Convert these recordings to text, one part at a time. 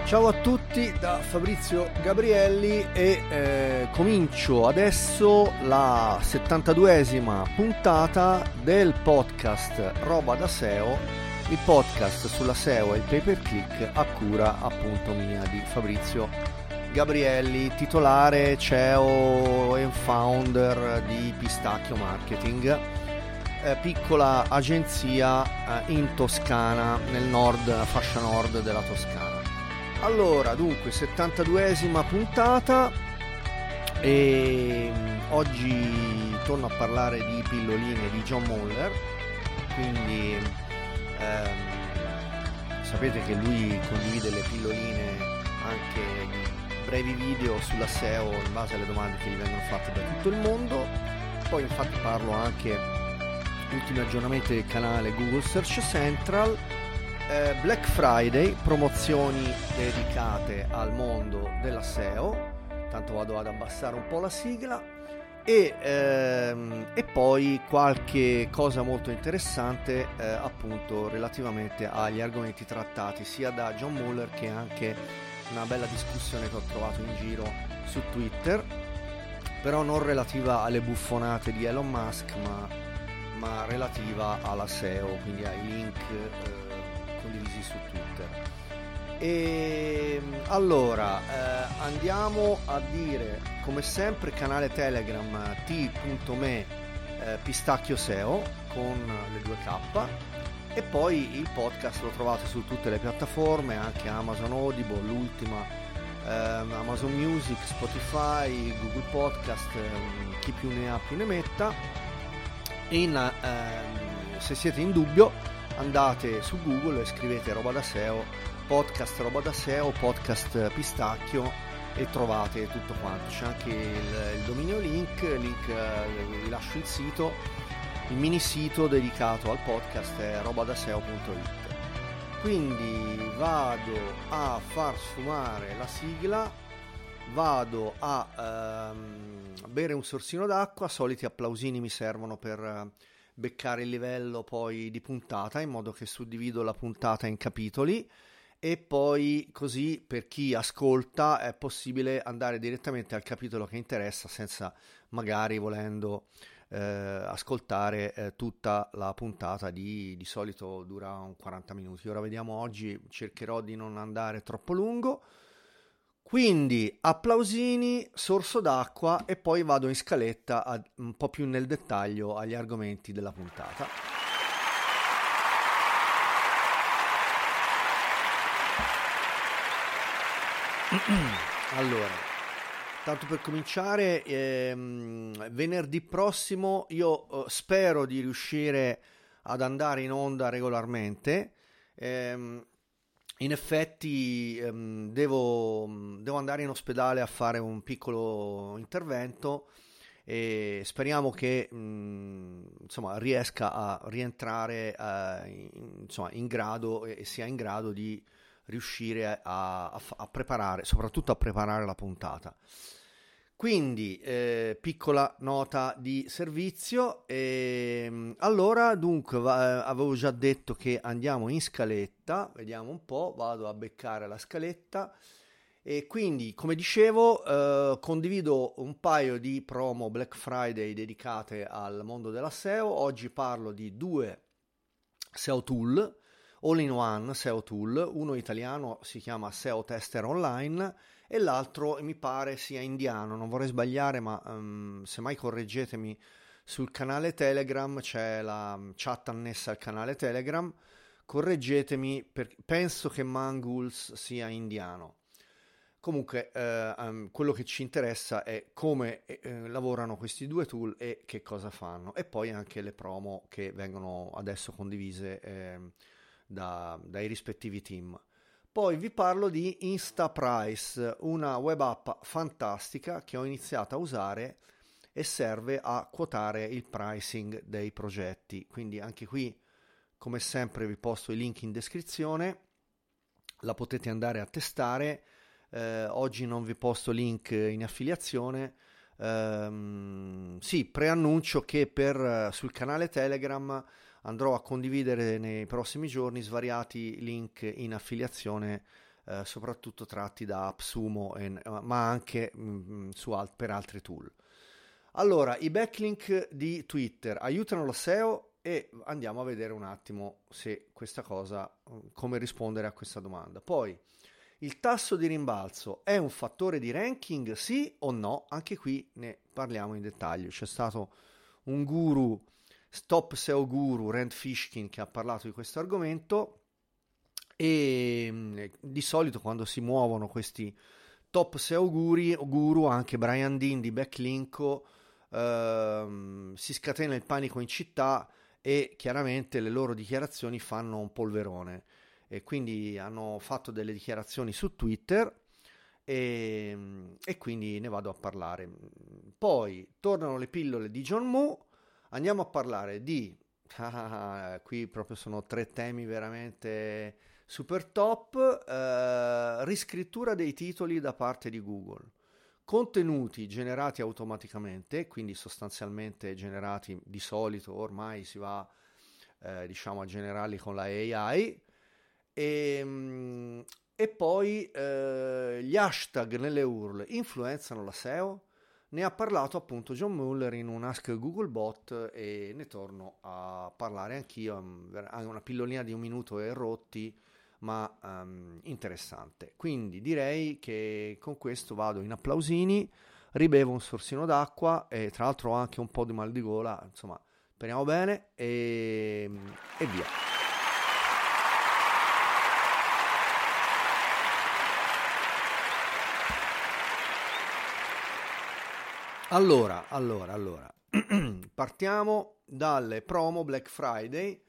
Ciao a tutti da Fabrizio Gabrielli e comincio adesso la 72esima puntata del podcast Roba da SEO, il podcast sulla SEO e il pay per click a cura appunto mia di Fabrizio Gabrielli, titolare, CEO e founder di Pistacchio Marketing, piccola agenzia in Toscana, nel nord, fascia nord della Toscana. Allora, dunque, 72esima puntata e oggi torno a parlare di pilloline di John Mueller, quindi sapete che lui condivide le pilloline anche in brevi video sulla SEO in base alle domande che gli vengono fatte da tutto il mondo. Poi infatti parlo anche ultimi aggiornamenti del canale Google Search Central. Black Friday, promozioni dedicate al mondo della SEO, tanto vado ad abbassare un po' la sigla e poi qualche cosa molto interessante appunto relativamente agli argomenti trattati sia da John Mueller che anche una bella discussione che ho trovato in giro su Twitter, però non relativa alle buffonate di Elon Musk ma relativa alla SEO, quindi ai link condivisi su Twitter. E allora andiamo a dire come sempre canale Telegram t.me pistacchio SEO con le 2K e poi il podcast lo trovate su tutte le piattaforme, anche Amazon Audible, l'ultima, Amazon Music, Spotify, Google Podcast, chi più ne ha più ne metta. E se siete in dubbio andate su Google e scrivete Roba da SEO, podcast Roba da SEO, podcast Pistacchio e trovate tutto quanto. C'è anche il dominio link, vi lascio il sito, il mini sito dedicato al podcast è robadaseo.it. Quindi vado a far sfumare la sigla, vado a bere un sorsino d'acqua, soliti applausini mi servono per beccare il livello poi di puntata, in modo che suddivido la puntata in capitoli e poi così per chi ascolta è possibile andare direttamente al capitolo che interessa senza magari volendo ascoltare tutta la puntata. Di solito dura un 40 minuti. Ora vediamo, oggi cercherò di non andare troppo lungo. Quindi applausini, sorso d'acqua e poi vado in scaletta un po' più nel dettaglio agli argomenti della puntata. Allora, tanto per cominciare, venerdì prossimo io spero di riuscire ad andare in onda regolarmente. In effetti devo andare in ospedale a fare un piccolo intervento e speriamo che insomma riesca a rientrare in grado e sia in grado di riuscire a preparare, soprattutto a preparare la puntata. Quindi piccola nota di servizio. Allora dunque avevo già detto che andiamo in scaletta, vediamo un po', vado a beccare la scaletta e quindi come dicevo condivido un paio di promo Black Friday dedicate al mondo della SEO. Oggi parlo di due SEO tool, all in one SEO tool, uno italiano si chiama SEO Tester Online e l'altro mi pare sia indiano, non vorrei sbagliare, ma semmai correggetemi. Sul canale Telegram c'è la chat annessa al canale Telegram, correggetemi, penso che Mangools sia indiano. Comunque quello che ci interessa è come lavorano questi due tool e che cosa fanno, e poi anche le promo che vengono adesso condivise dai rispettivi team. Poi vi parlo di Instaprice, una web app fantastica che ho iniziato a usare e serve a quotare il pricing dei progetti. Quindi anche qui, come sempre, vi posto i link in descrizione, la potete andare a testare. Oggi non vi posto link in affiliazione. Sì, preannuncio che sul canale Telegram andrò a condividere nei prossimi giorni svariati link in affiliazione soprattutto tratti da AppSumo, ma anche per altri tool. Allora, i backlink di Twitter aiutano lo SEO, e andiamo a vedere un attimo se questa cosa, come rispondere a questa domanda. Poi, il tasso di rimbalzo è un fattore di ranking, sì o no? Anche qui ne parliamo in dettaglio. C'è stato un guru, Top SEO Guru, Rand Fishkin, che ha parlato di questo argomento, e di solito quando si muovono questi top SEO guru, anche Brian Dean di Backlinko, si scatena il panico in città, e chiaramente le loro dichiarazioni fanno un polverone, e quindi hanno fatto delle dichiarazioni su Twitter, e quindi ne vado a parlare. Poi tornano le pillole di John Moo, andiamo a parlare di qui proprio sono 3 temi veramente super top. Riscrittura dei titoli da parte di Google, contenuti generati automaticamente, quindi sostanzialmente generati, di solito ormai si va diciamo a generarli con la AI, e poi gli hashtag nelle URL influenzano la SEO. Ne ha parlato appunto John Mueller in un Ask Googlebot, e ne torno a parlare anch'io, una pillolina di 1 minuto e rotti, ma interessante. Quindi direi che con questo vado in applausini, ribevo un sorsino d'acqua, e tra l'altro ho anche un po' di mal di gola, insomma speriamo bene, e via. Allora, partiamo dalle promo Black Friday,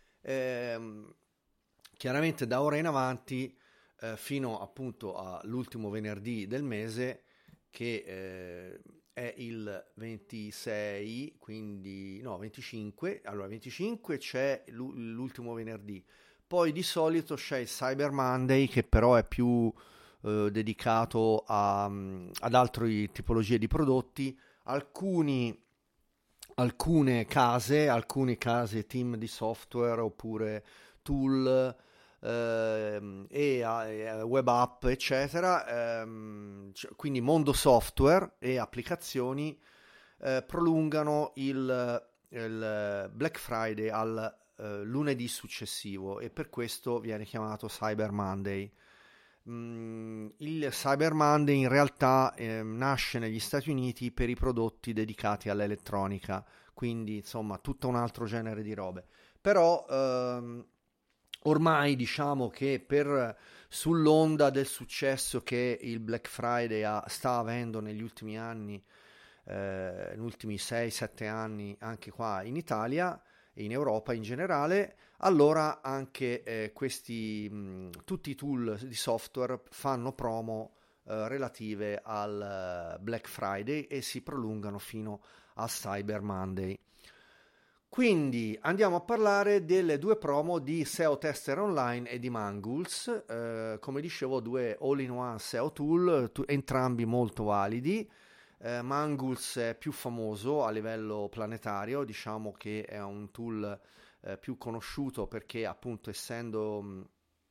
chiaramente da ora in avanti, fino appunto all'ultimo venerdì del mese, che è il 26, quindi no, 25. Allora 25 c'è l'ultimo venerdì, poi di solito c'è il Cyber Monday, che però è più dedicato ad altre tipologie di prodotti. Alcune case team di software oppure tool, e web app eccetera, quindi mondo software e applicazioni, prolungano il Black Friday al lunedì successivo, e per questo viene chiamato Cyber Monday. Il Cyber Monday in realtà nasce negli Stati Uniti per i prodotti dedicati all'elettronica, quindi insomma tutto un altro genere di robe. Però ormai diciamo che sull'onda del successo che il Black Friday sta avendo negli ultimi anni, negli ultimi 6-7 anni anche qua in Italia e in Europa in generale, allora anche tutti i tool di software fanno promo relative al Black Friday, e si prolungano fino a Cyber Monday. Quindi andiamo a parlare delle 2 promo di SEO Tester Online e di Mangools, come dicevo 2 all-in-one SEO tool, entrambi molto validi. Mangools è più famoso a livello planetario, diciamo che è un tool più conosciuto perché appunto essendo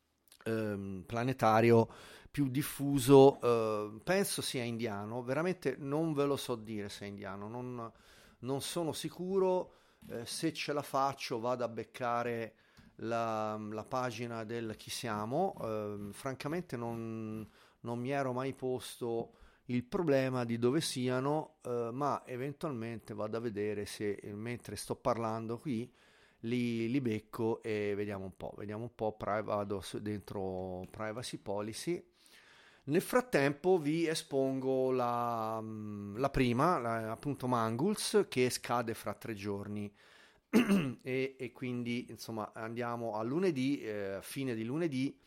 planetario, più diffuso, penso sia indiano, veramente non ve lo so dire se è indiano, non sono sicuro. Se ce la faccio vado a beccare la pagina del Chi Siamo. Francamente non mi ero mai posto il problema di dove siano, ma eventualmente vado a vedere se mentre sto parlando qui li becco, e vediamo un po', vado dentro Privacy Policy. Nel frattempo vi espongo la prima, appunto Mangools, che scade fra 3 giorni, e quindi insomma andiamo a lunedì, fine di lunedì,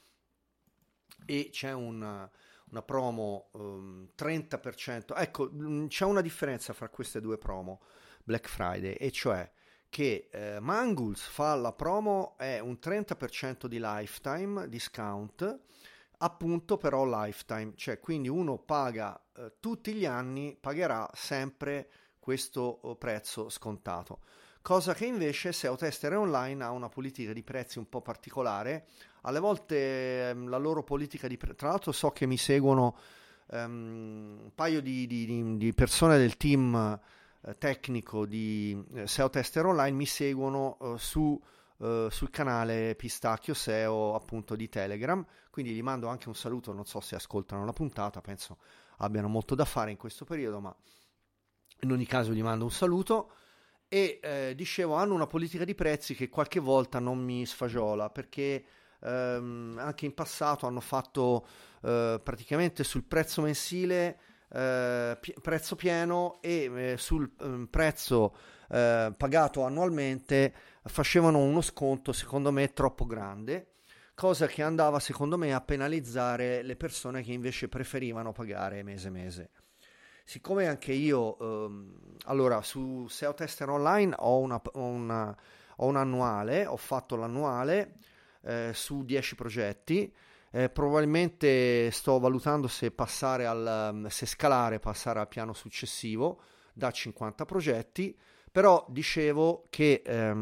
e c'è una promo 30%. Ecco, c'è una differenza fra queste 2 promo Black Friday, e cioè che Mangools fa la promo, è un 30% di lifetime discount, appunto, però lifetime, cioè quindi uno paga tutti gli anni, pagherà sempre questo prezzo scontato. cosa che invece SEO Tester Online ha una politica di prezzi un po' particolare. Alle volte la loro politica di prezzi, tra l'altro so che mi seguono un paio di persone del team tecnico di SEO Tester Online, mi seguono sul canale Pistacchio SEO appunto di Telegram, quindi gli mando anche un saluto, non so se ascoltano la puntata, penso abbiano molto da fare in questo periodo, ma in ogni caso gli mando un saluto. E dicevo, hanno una politica di prezzi che qualche volta non mi sfagiola, perché anche in passato hanno fatto praticamente sul prezzo mensile prezzo pieno, e sul prezzo pagato annualmente facevano uno sconto secondo me troppo grande, cosa che andava secondo me a penalizzare le persone che invece preferivano pagare mese mese. Siccome anche io, allora su SEO Tester Online ho un annuale, ho fatto l'annuale su 10 progetti, probabilmente sto valutando se se scalare, passare al piano successivo da 50 progetti, però dicevo che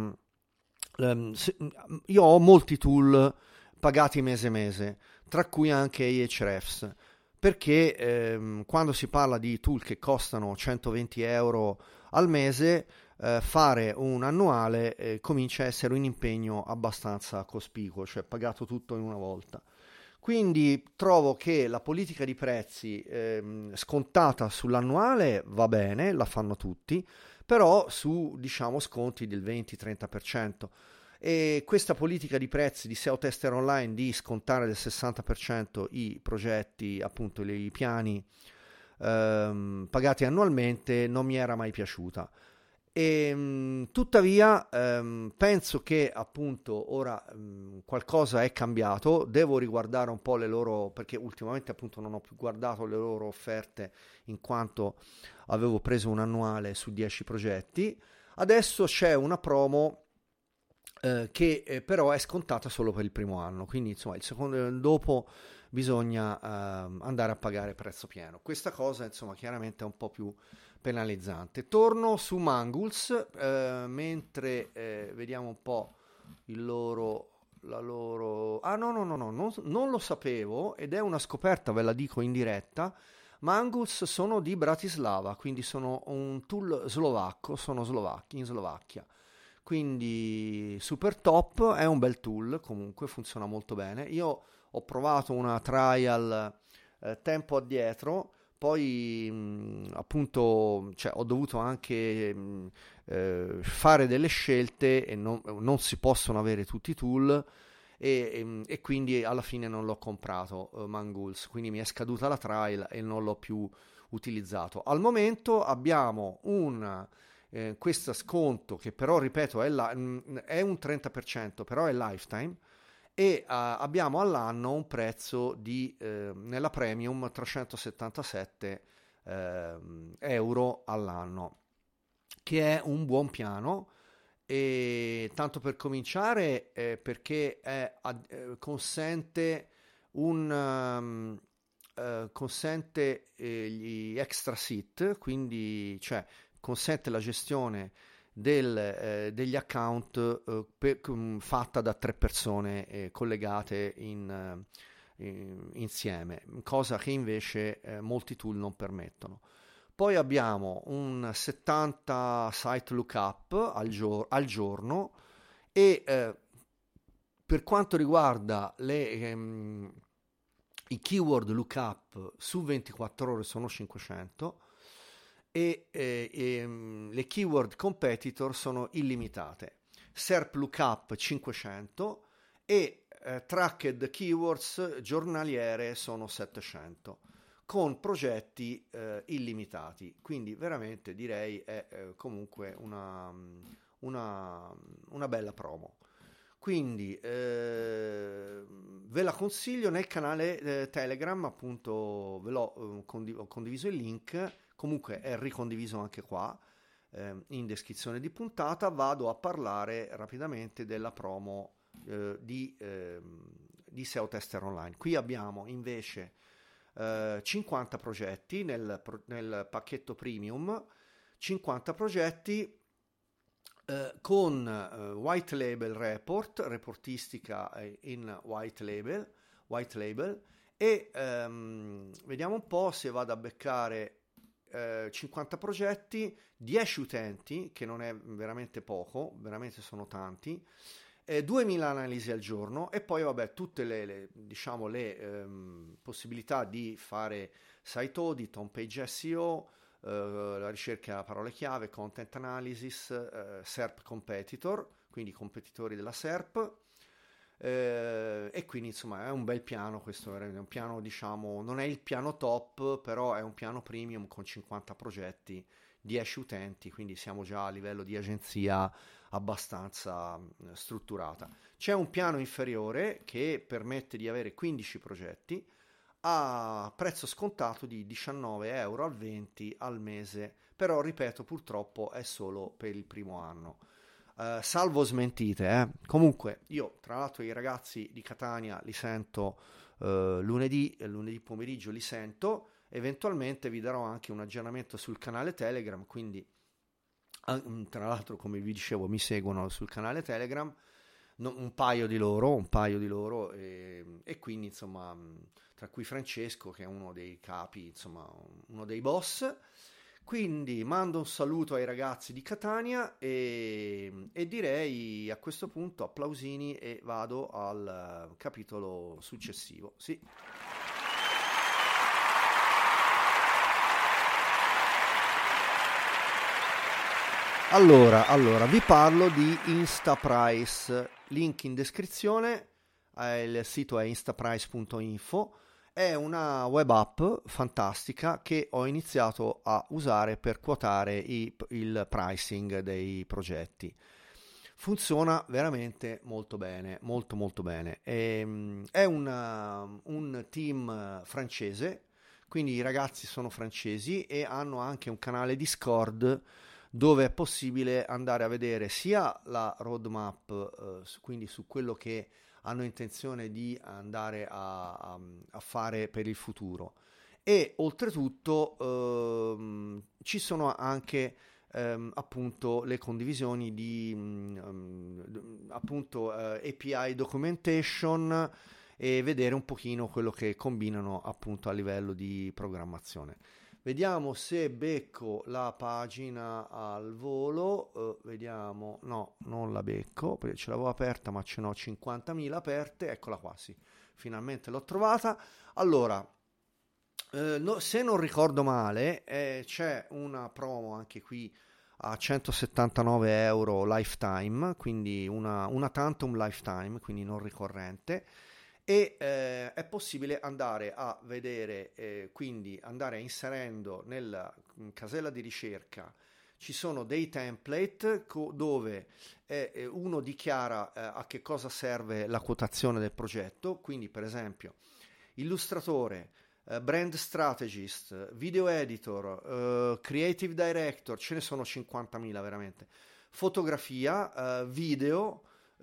io ho molti tool pagati mese mese, tra cui anche Ahrefs, perché quando si parla di tool che costano 120 euro al mese, fare un annuale comincia a essere un impegno abbastanza cospicuo, cioè pagato tutto in una volta. Quindi trovo che la politica di prezzi scontata sull'annuale va bene, la fanno tutti, però su diciamo sconti del 20-30%. E questa politica di prezzi di SEO Tester Online di scontare del 60% i progetti, appunto i piani pagati annualmente, non mi era mai piaciuta. Tuttavia penso che appunto ora qualcosa è cambiato, devo riguardare un po' le loro, perché ultimamente appunto non ho più guardato le loro offerte in quanto avevo preso un annuale su 10 progetti. Adesso c'è una promo che però è scontata solo per il primo anno, quindi insomma il secondo dopo bisogna andare a pagare prezzo pieno. Questa cosa insomma chiaramente è un po' più penalizzante. Torno su Mangools mentre vediamo un po' la loro... Ah no, non lo sapevo ed è una scoperta, ve la dico in diretta. Mangools sono di Bratislava, quindi sono un tool slovacco, sono slovacchi in Slovacchia. Quindi super top, è un bel tool, comunque funziona molto bene. Io ho provato una trial tempo addietro, poi appunto cioè, ho dovuto anche fare delle scelte e non si possono avere tutti i tool e quindi alla fine non l'ho comprato Mangools, quindi mi è scaduta la trial e non l'ho più utilizzato. Al momento abbiamo questo sconto che però ripeto è un 30%, però è lifetime, e abbiamo all'anno un prezzo nella premium 377 euro all'anno, che è un buon piano. E tanto per cominciare perché consente gli extra sit, quindi cioè consente la gestione degli account fatta da 3 persone collegate insieme, cosa che invece molti tool non permettono. Poi abbiamo un 70 site lookup al giorno e per quanto riguarda i keyword lookup su 24 ore sono 500 e le keyword competitor sono illimitate. SERP lookup 500 e tracked keywords giornaliere sono 700 con progetti illimitati, quindi veramente direi è comunque una bella promo. Quindi ve la consiglio nel canale Telegram, appunto ho condiviso il link, comunque è ricondiviso anche qua in descrizione di puntata. Vado a parlare rapidamente della promo di SEO Tester Online. Qui abbiamo invece 50 progetti nel pacchetto premium, 50 progetti con white label reportistica in white label e vediamo un po' se vado a beccare 50 progetti, 10 utenti, che non è veramente poco, veramente sono tanti, 2000 analisi al giorno e poi vabbè tutte le possibilità di fare site audit, home page SEO, la ricerca a parole chiave, content analysis, SERP competitor, quindi competitori della SERP, e quindi insomma è un bel piano questo, è un piano diciamo, non è il piano top, però è un piano premium con 50 progetti, 10 utenti, quindi siamo già a livello di agenzia abbastanza strutturata. C'è un piano inferiore che permette di avere 15 progetti a prezzo scontato di 19 euro al 20 al mese, però ripeto purtroppo è solo per il primo anno. Salvo smentite. Comunque io tra l'altro i ragazzi di Catania li sento lunedì pomeriggio li sento, eventualmente vi darò anche un aggiornamento sul canale Telegram, quindi tra l'altro come vi dicevo mi seguono sul canale Telegram un paio di loro e quindi insomma tra cui Francesco che è uno dei capi, insomma uno dei boss. Quindi mando un saluto ai ragazzi di Catania e direi a questo punto applausini e vado al capitolo successivo. Sì. Allora, vi parlo di Instaprice, link in descrizione, il sito è instaprice.info, è una web app fantastica che ho iniziato a usare per quotare il pricing dei progetti. Funziona veramente molto bene, molto bene. È un team francese, quindi i ragazzi sono francesi e hanno anche un canale Discord dove è possibile andare a vedere sia la roadmap, quindi su quello che hanno intenzione di andare a fare per il futuro, e oltretutto ci sono anche appunto le condivisioni di appunto API documentation e vedere un pochino quello che combinano appunto a livello di programmazione. Vediamo se becco la pagina al volo, vediamo, no, non la becco, perché ce l'avevo aperta ma ce n'ho 50.000 aperte, eccola qua, sì, finalmente l'ho trovata. Allora, se non ricordo male, c'è una promo anche qui a 179 euro lifetime, quindi una tantum lifetime, quindi non ricorrente. E è possibile andare a vedere, quindi andare inserendo nella casella di ricerca ci sono dei template dove uno dichiara a che cosa serve la quotazione del progetto, quindi per esempio illustratore, brand strategist, video editor, creative director, ce ne sono 50.000 veramente, fotografia, video,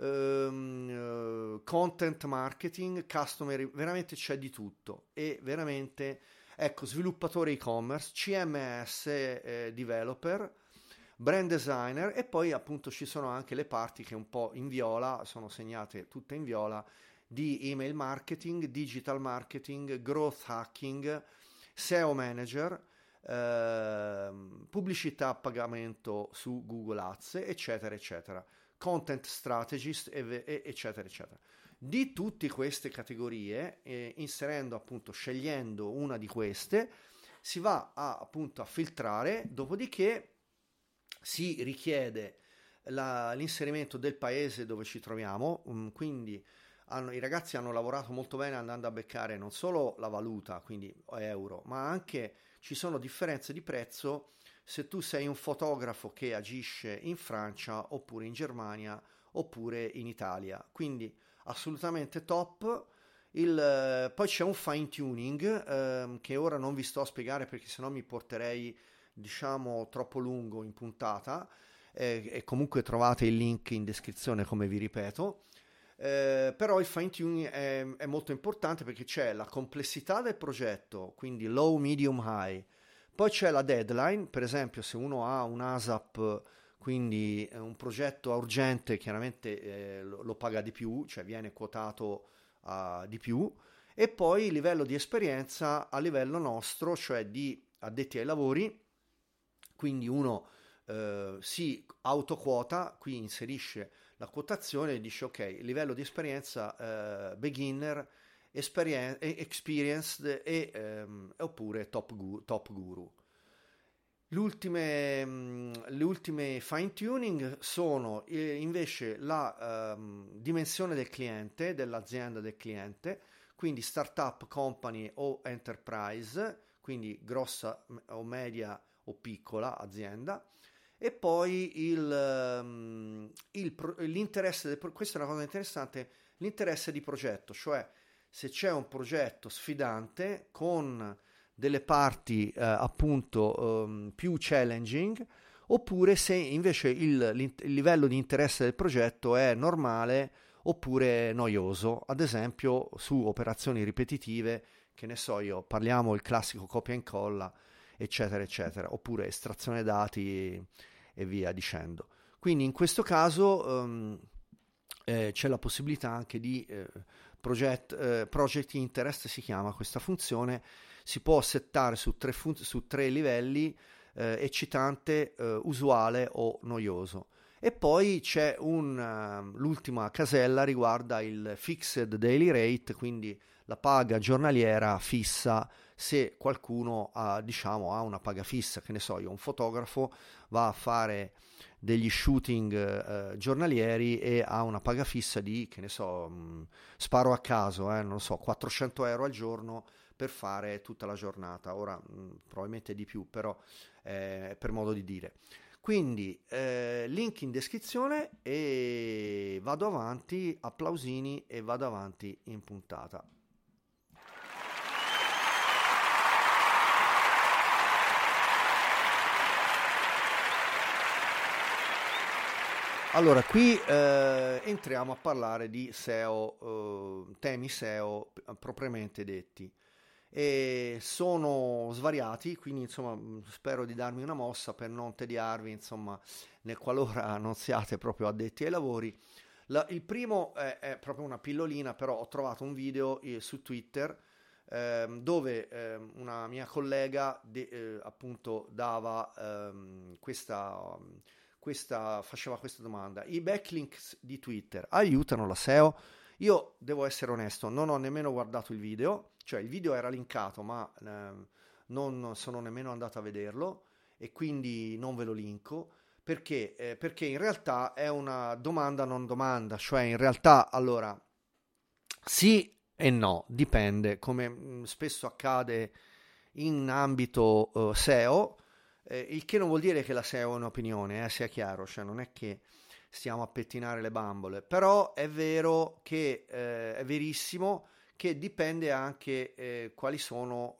content marketing, customer, veramente c'è di tutto e veramente ecco, sviluppatore e-commerce, CMS, developer, brand designer, e poi appunto ci sono anche le parti che un po' in viola sono segnate tutte in viola, di email marketing, digital marketing, growth hacking, SEO manager, pubblicità a pagamento su Google Ads, eccetera eccetera, content strategist, eccetera eccetera. Di tutte queste categorie, inserendo appunto, scegliendo una di queste, si va appunto a filtrare, dopodiché si richiede l'inserimento del paese dove ci troviamo, quindi i ragazzi hanno lavorato molto bene andando a beccare non solo la valuta, quindi euro, ma anche ci sono differenze di prezzo se tu sei un fotografo che agisce in Francia oppure in Germania oppure in Italia, quindi assolutamente top. Poi c'è un fine tuning che ora non vi sto a spiegare perché sennò mi porterei diciamo troppo lungo in puntata, e comunque trovate il link in descrizione come vi ripeto. Però il fine tuning è molto importante perché c'è la complessità del progetto, quindi low, medium, high, poi c'è la deadline, per esempio se uno ha un ASAP quindi un progetto urgente chiaramente lo paga di più, cioè viene quotato di più, e poi il livello di esperienza a livello nostro, cioè di addetti ai lavori, quindi uno si autoquota, qui inserisce la quotazione e dice ok, livello di esperienza beginner, experienced oppure top guru. Le ultime fine tuning sono invece la dimensione del cliente, dell'azienda del cliente, quindi startup, company o enterprise, quindi grossa o media o piccola azienda, e poi l'interesse, questa è una cosa interessante, l'interesse di progetto, cioè se c'è un progetto sfidante con delle parti appunto più challenging, oppure se invece il livello di interesse del progetto è normale oppure noioso, ad esempio su operazioni ripetitive, che ne so io, parliamo il classico copia e incolla, eccetera, eccetera, oppure estrazione dati e via dicendo. Quindi in questo caso c'è la possibilità anche di project interest, si chiama questa funzione, si può settare su tre livelli, eccitante, usuale o noioso. E poi c'è l'ultima casella riguarda il fixed daily rate, quindi la paga giornaliera fissa se qualcuno ha una paga fissa, che ne so io, un fotografo va a fare degli shooting giornalieri e ha una paga fissa di, che ne so, sparo a caso, non lo so, 400 euro al giorno per fare tutta la giornata. Ora probabilmente di più, però per modo di dire. Quindi link in descrizione e vado avanti, applausini, e vado avanti in puntata. Allora, qui entriamo a parlare di SEO, temi SEO propriamente detti. E sono svariati, quindi insomma spero di darmi una mossa per non tediarvi, insomma, nel qualora non siate proprio addetti ai lavori. Il primo è proprio una pillolina, però ho trovato un video su Twitter dove una mia collega appunto dava faceva questa domanda: i backlinks di Twitter aiutano la SEO? Io devo essere onesto, non ho nemmeno guardato il video, cioè il video era linkato, ma non sono nemmeno andato a vederlo e quindi non ve lo linko, perché in realtà è una domanda non domanda, cioè in realtà allora sì e no, dipende, come spesso accade in ambito SEO, il che non vuol dire che la SEO è un'opinione, sia chiaro, cioè non è che stiamo a pettinare le bambole, però è vero che è verissimo che dipende anche quali sono,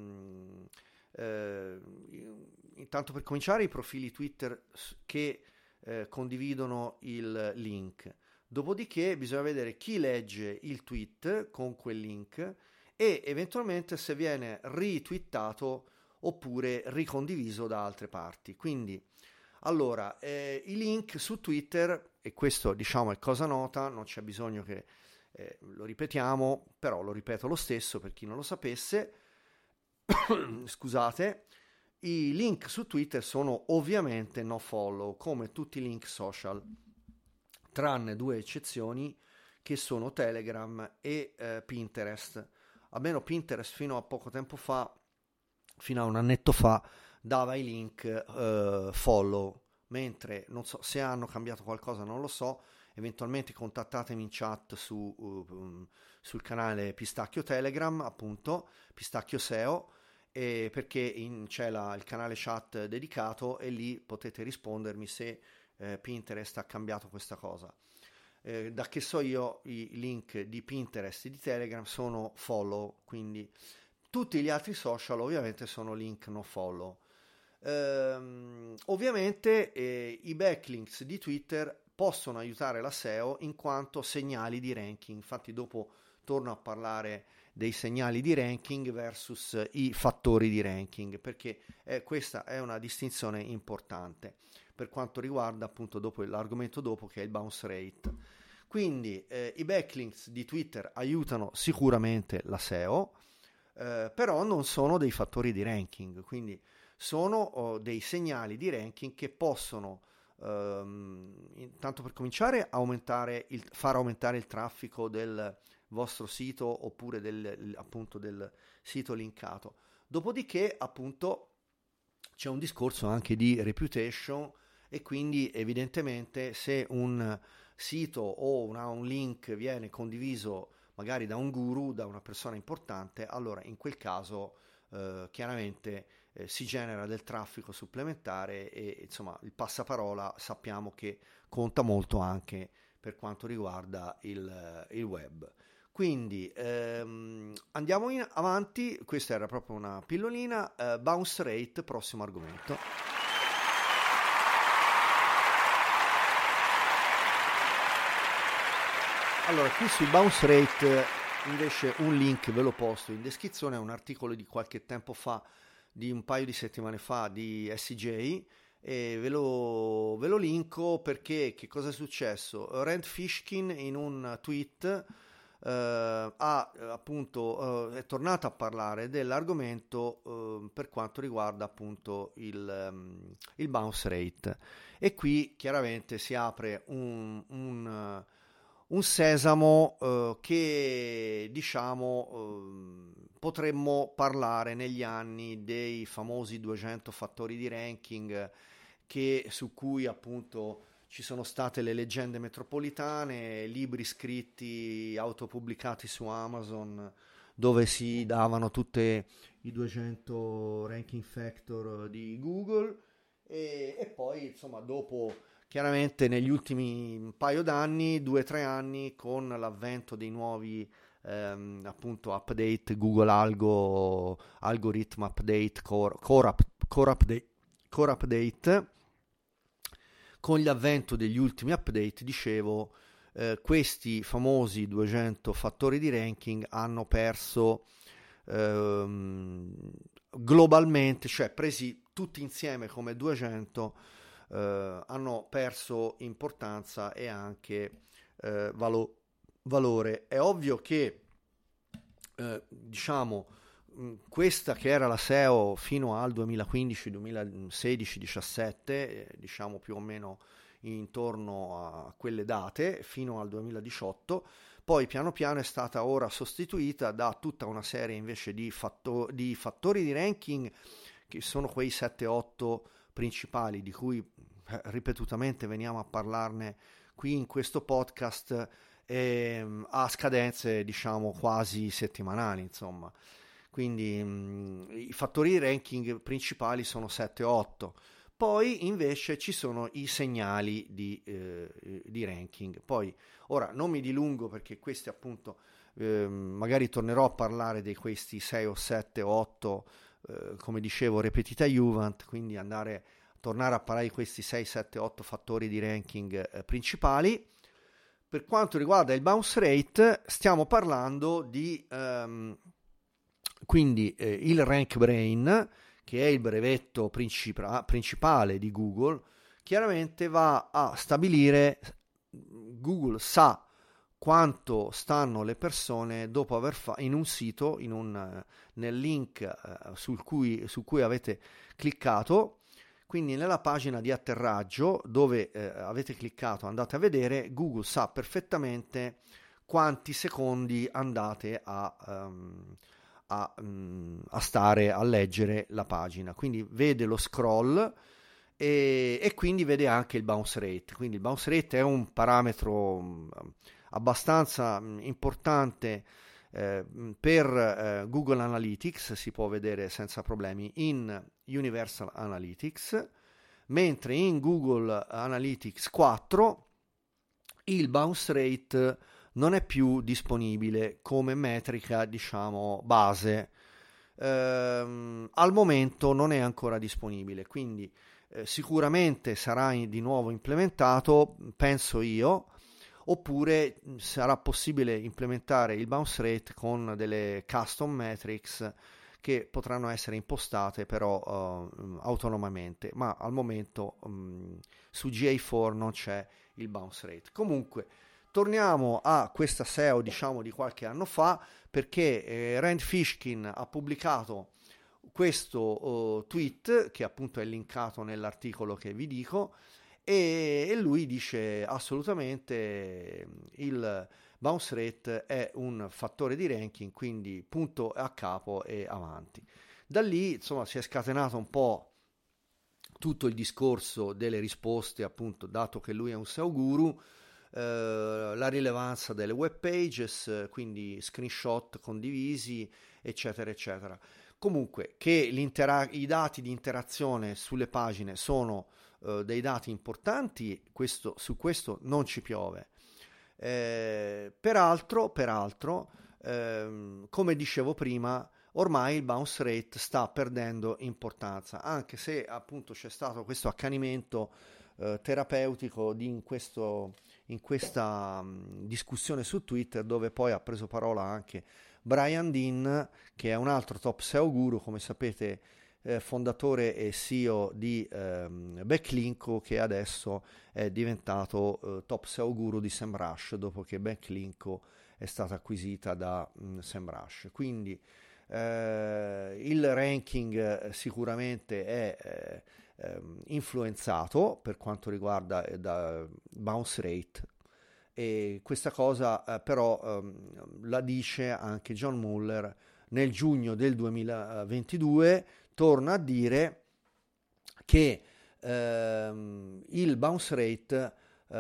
intanto per cominciare, i profili Twitter che condividono il link. Dopodiché bisogna vedere chi legge il tweet con quel link e eventualmente se viene retweetato oppure ricondiviso da altre parti. Quindi, allora, i link su Twitter, e questo diciamo è cosa nota, non c'è bisogno che lo ripetiamo, però lo ripeto lo stesso per chi non lo sapesse, scusate, i link su Twitter sono ovviamente no follow, come tutti i link social, tranne due eccezioni che sono Telegram e Pinterest. Almeno Pinterest fino a poco tempo fa, fino a un annetto fa, dava i link follow, mentre non so se hanno cambiato qualcosa, non lo so, eventualmente contattatemi in chat sul canale Pistacchio Telegram, appunto, Pistacchio SEO, perché c'è il canale chat dedicato e lì potete rispondermi se Pinterest ha cambiato questa cosa. Da che so io, i link di Pinterest e di Telegram sono follow, quindi tutti gli altri social ovviamente sono link no follow. Ovviamente i backlinks di Twitter possono aiutare la SEO in quanto segnali di ranking, infatti dopo torno a parlare dei segnali di ranking versus i fattori di ranking, perché questa è una distinzione importante per quanto riguarda appunto l'argomento dopo, che è il bounce rate. Quindi i backlinks di Twitter aiutano sicuramente la SEO, però non sono dei fattori di ranking, quindi sono dei segnali di ranking che possono, tanto per cominciare, far aumentare il traffico del vostro sito oppure appunto del sito linkato. Dopodiché appunto c'è un discorso anche di reputation, e quindi evidentemente se un sito o un link viene condiviso magari da un guru, da una persona importante, allora in quel caso chiaramente si genera del traffico supplementare, e insomma il passaparola sappiamo che conta molto anche per quanto riguarda il web. Quindi andiamo avanti, questa era proprio una pillolina. Bounce rate, prossimo argomento. Allora, qui sul bounce rate invece un link ve lo posto in descrizione, è un articolo di qualche tempo fa, di un paio di settimane fa, di SCJ, e ve lo linko perché che cosa è successo? Rand Fishkin in un tweet appunto è tornato a parlare dell'argomento per quanto riguarda appunto il bounce rate, e qui chiaramente si apre un sesamo che diciamo potremmo parlare negli anni dei famosi 200 fattori di ranking, su cui appunto ci sono state le leggende metropolitane, libri scritti, autopubblicati su Amazon, dove si davano tutte i 200 ranking factor di Google, e poi insomma dopo, chiaramente negli ultimi paio d'anni, 2 o 3 anni, con l'avvento dei nuovi appunto update, Google Algorithm Update, Core Update, con l'avvento degli ultimi update, dicevo, questi famosi 200 fattori di ranking hanno perso globalmente, cioè presi tutti insieme come 200, hanno perso importanza e anche valore. È ovvio che diciamo questa che era la SEO fino al 2015, 2016, 17, diciamo più o meno intorno a quelle date, fino al 2018, poi piano piano è stata ora sostituita da tutta una serie invece di fattori di ranking, che sono quei 7-8 principali di cui ripetutamente veniamo a parlarne qui in questo podcast, a scadenze diciamo quasi settimanali, insomma. Quindi i fattori di ranking principali sono 7-8, poi invece ci sono i segnali di ranking. Poi ora non mi dilungo perché questi appunto magari tornerò a parlare di questi 6 o 7 o 8, come dicevo, repetita iuvant, quindi tornare a parlare di questi 6, 7, 8 fattori di ranking principali. Per quanto riguarda il bounce rate, stiamo parlando di quindi il Rank Brain, che è il brevetto principale di Google, chiaramente va a stabilire, Google sa quanto stanno le persone dopo aver in un sito, nel link su cui avete cliccato. Quindi nella pagina di atterraggio dove avete cliccato, andate a vedere, Google sa perfettamente quanti secondi andate a stare a leggere la pagina. Quindi vede lo scroll e quindi vede anche il bounce rate. Quindi il bounce rate è un parametro abbastanza importante per Google Analytics, si può vedere senza problemi in Universal Analytics, mentre in Google Analytics 4 il bounce rate non è più disponibile come metrica, diciamo, base. Al momento non è ancora disponibile, quindi sicuramente sarà di nuovo implementato, penso io, oppure sarà possibile implementare il bounce rate con delle custom metrics che potranno essere impostate però autonomamente, ma al momento su GA4 non c'è il bounce rate. Comunque torniamo a questa SEO, diciamo, di qualche anno fa, perché Rand Fishkin ha pubblicato questo tweet, che appunto è linkato nell'articolo che vi dico, e lui dice assolutamente il bounce rate è un fattore di ranking, quindi punto a capo e avanti. Da lì, insomma, si è scatenato un po' tutto il discorso delle risposte, appunto, dato che lui è un SEO guru, la rilevanza delle web pages, quindi screenshot condivisi, eccetera, eccetera. Comunque, che i dati di interazione sulle pagine sono dei dati importanti, su questo non ci piove. Peraltro, come dicevo prima, ormai il bounce rate sta perdendo importanza, anche se appunto c'è stato questo accanimento terapeutico in questa discussione su Twitter, dove poi ha preso parola anche Brian Dean, che è un altro top SEO guru, come sapete, fondatore e CEO di Backlinko, che adesso è diventato top SEO guru di SEMrush, dopo che Backlinko è stata acquisita da SEMrush. Quindi il ranking sicuramente è influenzato per quanto riguarda da bounce rate, e questa cosa però la dice anche John Mueller nel giugno del 2022, torna a dire che il bounce rate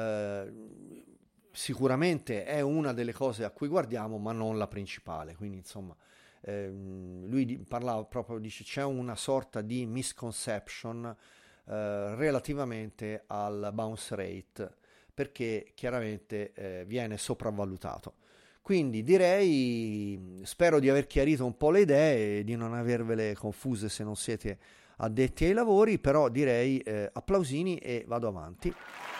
sicuramente è una delle cose a cui guardiamo, ma non la principale. Quindi insomma lui parlava proprio, dice, c'è una sorta di misconception relativamente al bounce rate, perché chiaramente viene sopravvalutato. Quindi direi, spero di aver chiarito un po' le idee e di non avervele confuse se non siete addetti ai lavori, però direi applausini e vado avanti.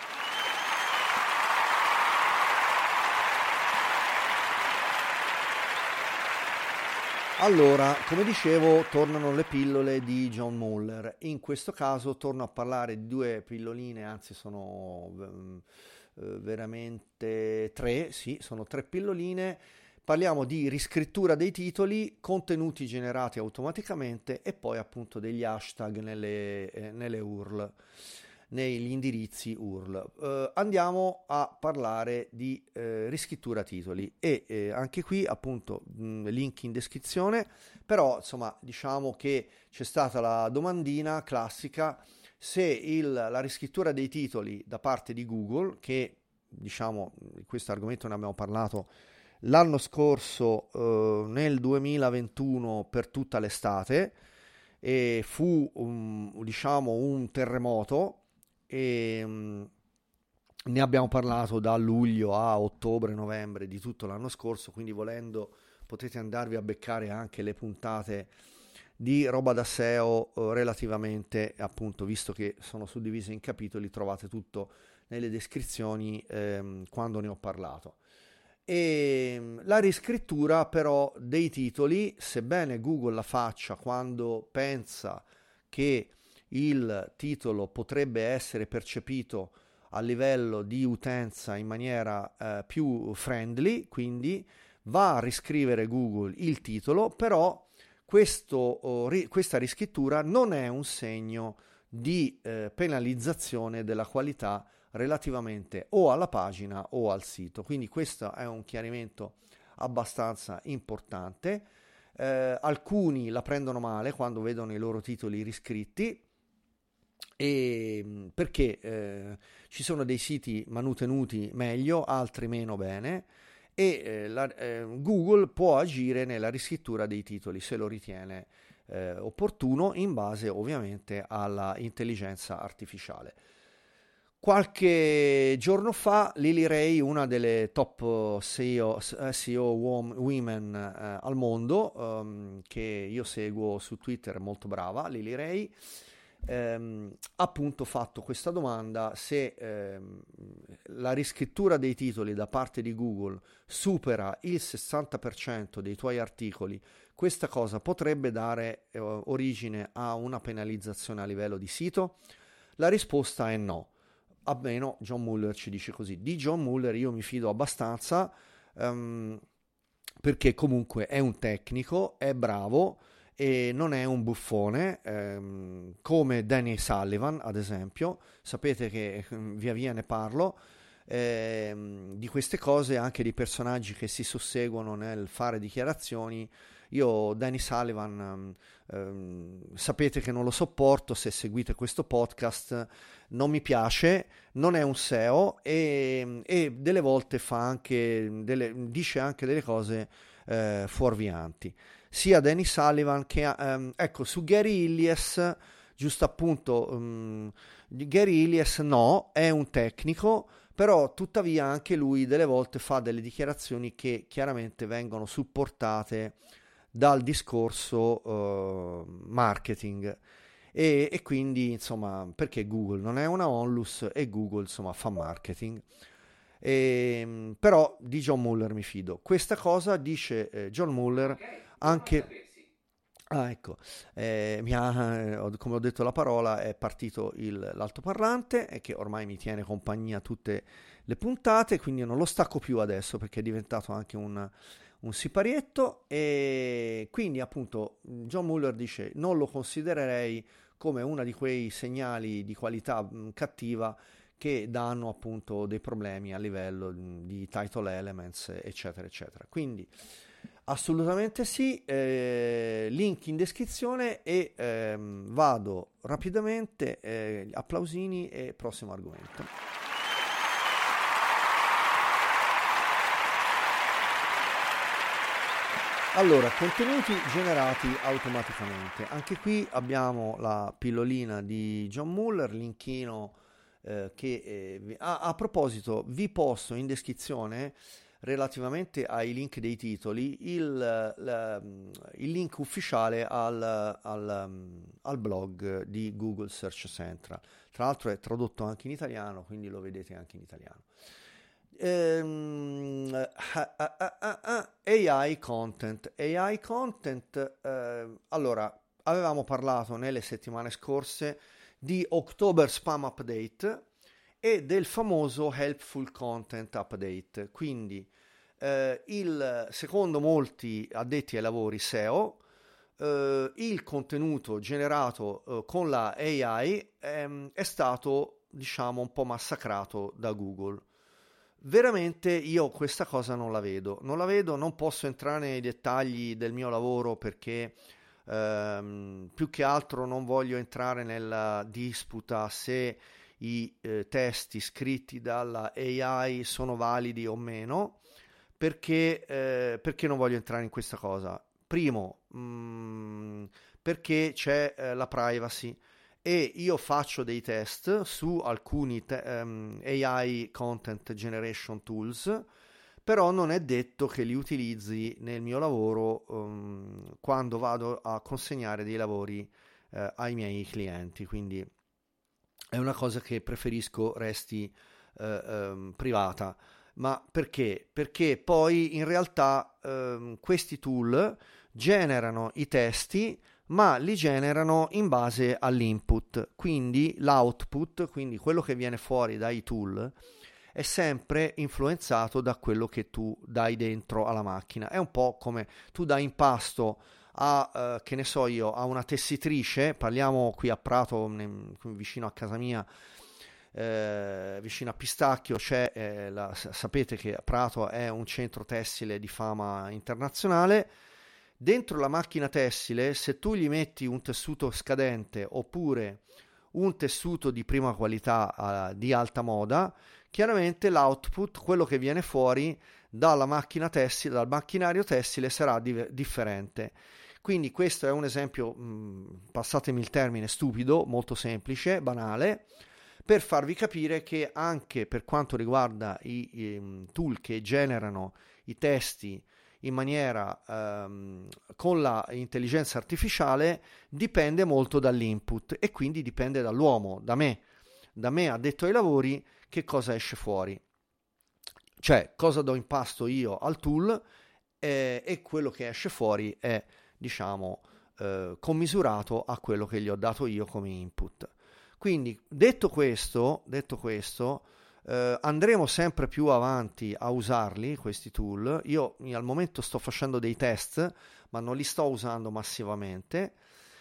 Allora, come dicevo, tornano le pillole di John Mueller. In questo caso torno a parlare di due pilloline, anzi sono veramente tre, sì, sono tre pilloline. Parliamo di riscrittura dei titoli, contenuti generati automaticamente e poi appunto degli hashtag nelle URL, negli indirizzi URL. Andiamo a parlare di riscrittura titoli e anche qui appunto link in descrizione, però insomma diciamo che c'è stata la domandina classica se la riscrittura dei titoli da parte di Google, che diciamo di questo argomento ne abbiamo parlato l'anno scorso nel 2021 per tutta l'estate, e fu diciamo un terremoto, e ne abbiamo parlato da luglio a ottobre, novembre di tutto l'anno scorso, quindi volendo potete andarvi a beccare anche le puntate di roba da SEO relativamente, appunto, visto che sono suddivise in capitoli, trovate tutto nelle descrizioni quando ne ho parlato. E la riscrittura però dei titoli, sebbene Google la faccia quando pensa che il titolo potrebbe essere percepito a livello di utenza in maniera più friendly, quindi va a riscrivere Google il titolo, però questa riscrittura non è un segno di penalizzazione della qualità relativamente o alla pagina o al sito. Quindi questo è un chiarimento abbastanza importante. Alcuni la prendono male quando vedono i loro titoli riscritti, e perché ci sono dei siti manutenuti meglio, altri meno bene, e Google può agire nella riscrittura dei titoli se lo ritiene opportuno, in base ovviamente alla intelligenza artificiale. Qualche giorno fa Lily Ray, una delle top SEO women al mondo, che io seguo su Twitter, molto brava Lily Ray, appunto fatto questa domanda: se la riscrittura dei titoli da parte di Google supera il 60% dei tuoi articoli, questa cosa potrebbe dare origine a una penalizzazione a livello di sito? La risposta è no. Almeno John Mueller ci dice così. Di John Mueller io mi fido abbastanza, perché comunque è un tecnico, è bravo e non è un buffone, come Danny Sullivan ad esempio. Sapete che via via ne parlo di queste cose, anche di personaggi che si susseguono nel fare dichiarazioni. Io Danny Sullivan, sapete che non lo sopporto, se seguite questo podcast non mi piace, non è un SEO e delle volte dice anche delle cose fuorvianti. Sia Danny Sullivan che ecco, su Gary Illies, giusto appunto, Gary Illies no, è un tecnico, però tuttavia anche lui delle volte fa delle dichiarazioni che chiaramente vengono supportate dal discorso marketing e quindi insomma, perché Google non è una onlus e Google insomma fa marketing. Però di John Mueller mi fido. Questa cosa dice John Mueller anche. Ah, ecco, come ho detto la parola, è partito l'altoparlante che ormai mi tiene compagnia tutte le puntate, quindi non lo stacco più adesso perché è diventato anche un siparietto. E quindi appunto John Mueller dice: non lo considererei come uno di quei segnali di qualità cattiva che danno appunto dei problemi a livello di title elements, eccetera eccetera. Quindi assolutamente sì, link in descrizione e vado rapidamente, applausini e prossimo argomento. Allora, contenuti generati automaticamente. Anche qui abbiamo la pillolina di John Mueller, linkino che a proposito vi posto in descrizione, relativamente ai link dei titoli, il link ufficiale al blog di Google Search Central. Tra l'altro è tradotto anche in italiano, quindi lo vedete anche in italiano. AI content. Allora, avevamo parlato nelle settimane scorse di October Spam Update e del famoso Helpful Content Update. Quindi secondo molti addetti ai lavori SEO, il contenuto generato con la AI è stato, diciamo, un po' massacrato da Google. Veramente io questa cosa non la vedo, non posso entrare nei dettagli del mio lavoro perché più che altro non voglio entrare nella disputa se i testi scritti dalla AI sono validi o meno, perché non voglio entrare in questa cosa. Primo, perché c'è la privacy e io faccio dei test su alcuni AI Content Generation Tools, però non è detto che li utilizzi nel mio lavoro quando vado a consegnare dei lavori ai miei clienti, quindi è una cosa che preferisco resti privata. Ma perché? Perché poi in realtà questi tool generano i testi, ma li generano in base all'input, quindi l'output, quindi quello che viene fuori dai tool, è sempre influenzato da quello che tu dai dentro alla macchina. È un po' come tu dai in pasto a, che ne so io, a una tessitrice, parliamo qui a Prato, vicino a casa mia, vicino a Pistacchio c'è, sapete che Prato è un centro tessile di fama internazionale. Dentro la macchina tessile, se tu gli metti un tessuto scadente oppure un tessuto di prima qualità di alta moda, chiaramente l'output, quello che viene fuori dalla macchina tessile, dal macchinario tessile, sarà differente. Quindi questo è un esempio, passatemi il termine, stupido, molto semplice, banale, per farvi capire che anche per quanto riguarda i tool che generano i testi in maniera con la intelligenza artificiale dipende molto dall'input e quindi dipende dall'uomo, da me addetto ai lavori, che cosa esce fuori, cioè cosa do in pasto io al tool, e quello che esce fuori è, diciamo, commisurato a quello che gli ho dato io come input. Quindi detto questo, andremo sempre più avanti a usarli questi tool. Io al momento sto facendo dei test, ma non li sto usando massivamente.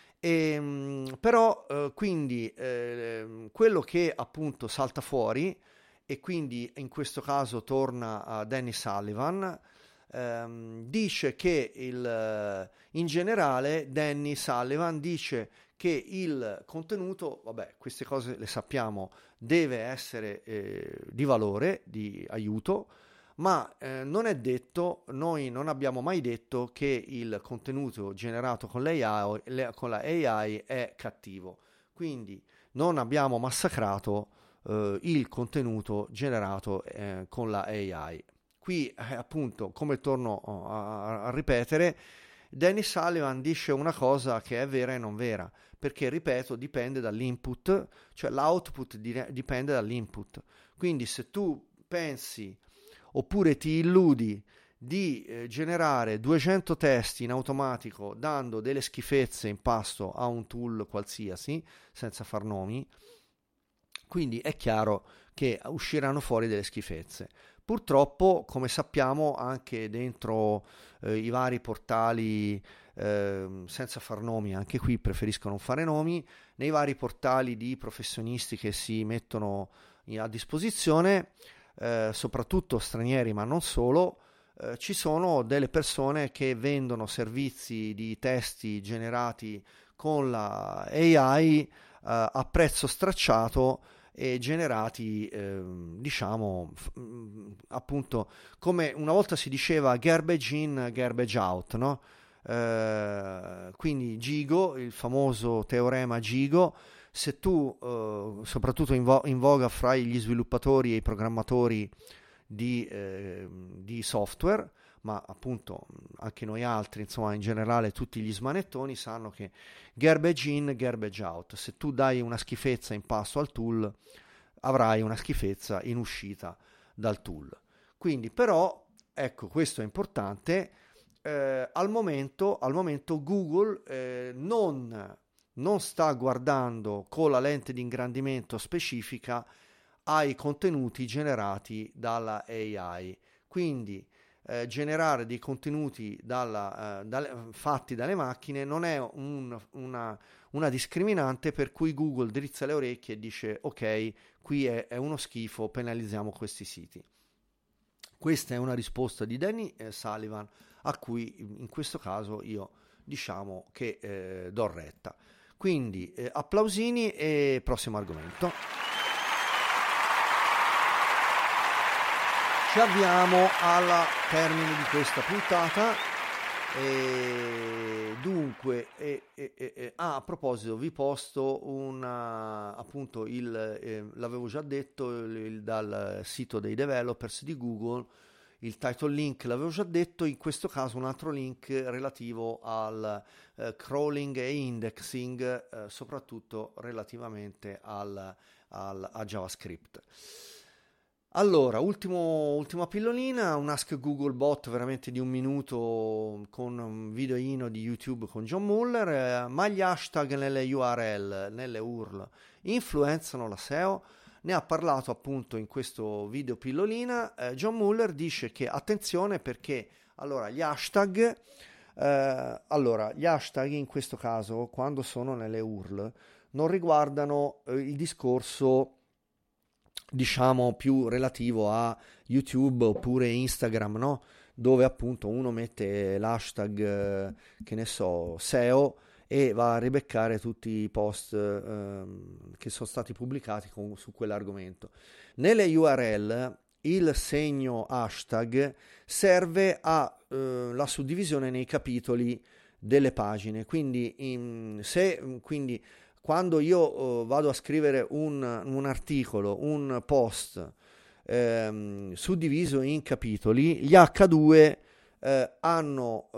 Però quindi quello che appunto salta fuori, e quindi in questo caso torna a Danny Sullivan, dice che in generale Danny Sullivan dice che il contenuto, vabbè, queste cose le sappiamo, deve essere di valore, di aiuto, ma non è detto, noi non abbiamo mai detto che il contenuto generato con la AI è cattivo, quindi non abbiamo massacrato il contenuto generato con la AI. Qui appunto, come torno a ripetere, Danny Sullivan dice una cosa che è vera e non vera, perché, ripeto, dipende dall'input, cioè l'output dipende dall'input. Quindi se tu pensi oppure ti illudi di generare 200 testi in automatico dando delle schifezze in pasto a un tool qualsiasi, senza far nomi, quindi è chiaro che usciranno fuori delle schifezze. Purtroppo, come sappiamo, anche dentro i vari portali, senza far nomi, anche qui preferisco non fare nomi, nei vari portali di professionisti che si mettono a disposizione, soprattutto stranieri ma non solo, ci sono delle persone che vendono servizi di testi generati con la AI a prezzo stracciato e generati diciamo appunto, come una volta si diceva, garbage in, garbage out, no? Quindi Gigo, il famoso teorema Gigo, se tu soprattutto in voga fra gli sviluppatori e i programmatori di software, ma appunto anche noi altri, insomma in generale tutti gli smanettoni sanno che garbage in, garbage out. Se tu dai una schifezza in pasto al tool, avrai una schifezza in uscita dal tool. Quindi però, ecco, questo è importante, al momento Google non sta guardando con la lente di ingrandimento specifica ai contenuti generati dalla AI. Quindi generare dei contenuti fatti dalle macchine non è una discriminante per cui Google drizza le orecchie e dice ok, qui è uno schifo, penalizziamo questi siti. Questa è una risposta di Danny Sullivan a cui in questo caso io diciamo che do retta. Quindi applausini e prossimo argomento. Ci avviamo al termine di questa puntata. Dunque, a proposito, vi posto appunto l'avevo già detto, dal sito dei developers di Google, il title link l'avevo già detto, in questo caso un altro link relativo al crawling e indexing, soprattutto relativamente a JavaScript. Allora, ultima pillolina, un Ask Google Bot veramente di 1 minuto con un videino di YouTube con John Mueller, ma gli hashtag nelle URL, nelle URL influenzano la SEO? Ne ha parlato appunto in questo video pillolina. John Mueller dice che attenzione perché gli hashtag in questo caso, quando sono nelle URL, non riguardano il discorso diciamo più relativo a YouTube oppure Instagram, no? Dove appunto uno mette l'hashtag che ne so, SEO, e va a ribeccare tutti i post che sono stati pubblicati su quell'argomento. Nelle URL il segno hashtag serve a la suddivisione nei capitoli delle pagine, quindi quando io vado a scrivere un articolo, un post suddiviso in capitoli, gli H2 hanno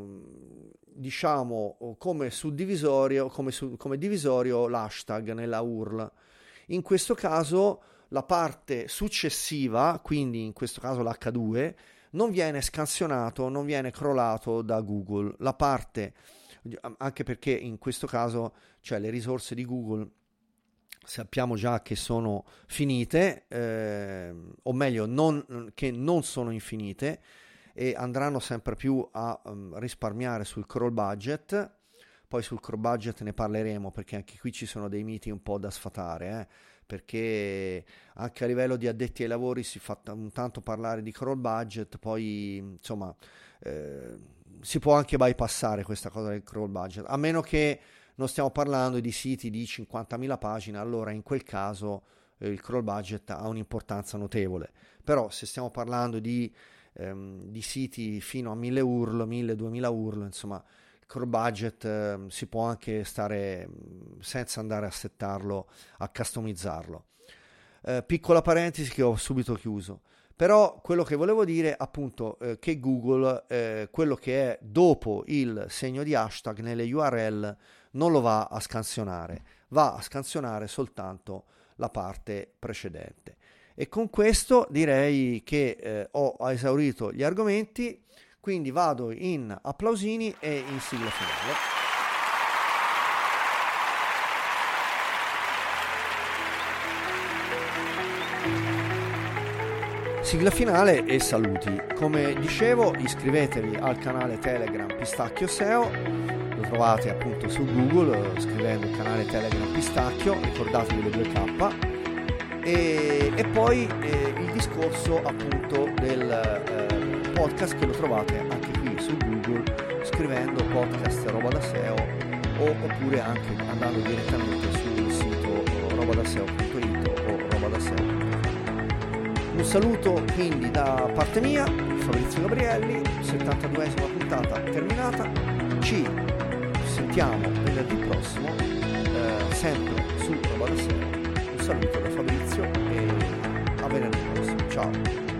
diciamo come suddivisorio, come divisorio l'hashtag nella URL. In questo caso la parte successiva, quindi in questo caso l'H2, non viene scansionato, non viene crawlato da Google. La parte, anche perché in questo caso, cioè le risorse di Google sappiamo già che sono finite, o meglio che non sono infinite, e andranno sempre più a risparmiare sul crawl budget. Poi sul crawl budget ne parleremo, perché anche qui ci sono dei miti un po' da sfatare, perché anche a livello di addetti ai lavori si fa tanto parlare di crawl budget, poi insomma si può anche bypassare questa cosa del crawl budget, a meno che non stiamo parlando di siti di 50.000 pagine. Allora in quel caso il crawl budget ha un'importanza notevole. Però se stiamo parlando di siti fino a 1000 URL, 1000-2000 URL, insomma il crawl budget si può anche stare senza andare a settarlo, a customizzarlo. Piccola parentesi che ho subito chiuso. Però quello che volevo dire appunto che Google quello che è dopo il segno di hashtag nelle URL non lo va a scansionare, va a scansionare soltanto la parte precedente. E con questo direi che ho esaurito gli argomenti, quindi vado in applausini e in sigla finale. Sigla finale e saluti. Come dicevo, iscrivetevi al canale Telegram Pistacchio SEO, lo trovate appunto su Google scrivendo canale Telegram Pistacchio, ricordatevi le 2K, e poi il discorso appunto del podcast, che lo trovate anche qui su Google scrivendo podcast roba da SEO, oppure anche andando direttamente sul sito robadaseo.it o robadaseo.it. Un saluto quindi da parte mia, Fabrizio Gabrielli, 72esima puntata terminata. Ci sentiamo venerdì prossimo, sempre su Roba da SEO. Un saluto da Fabrizio e a venerdì prossimo. Ciao!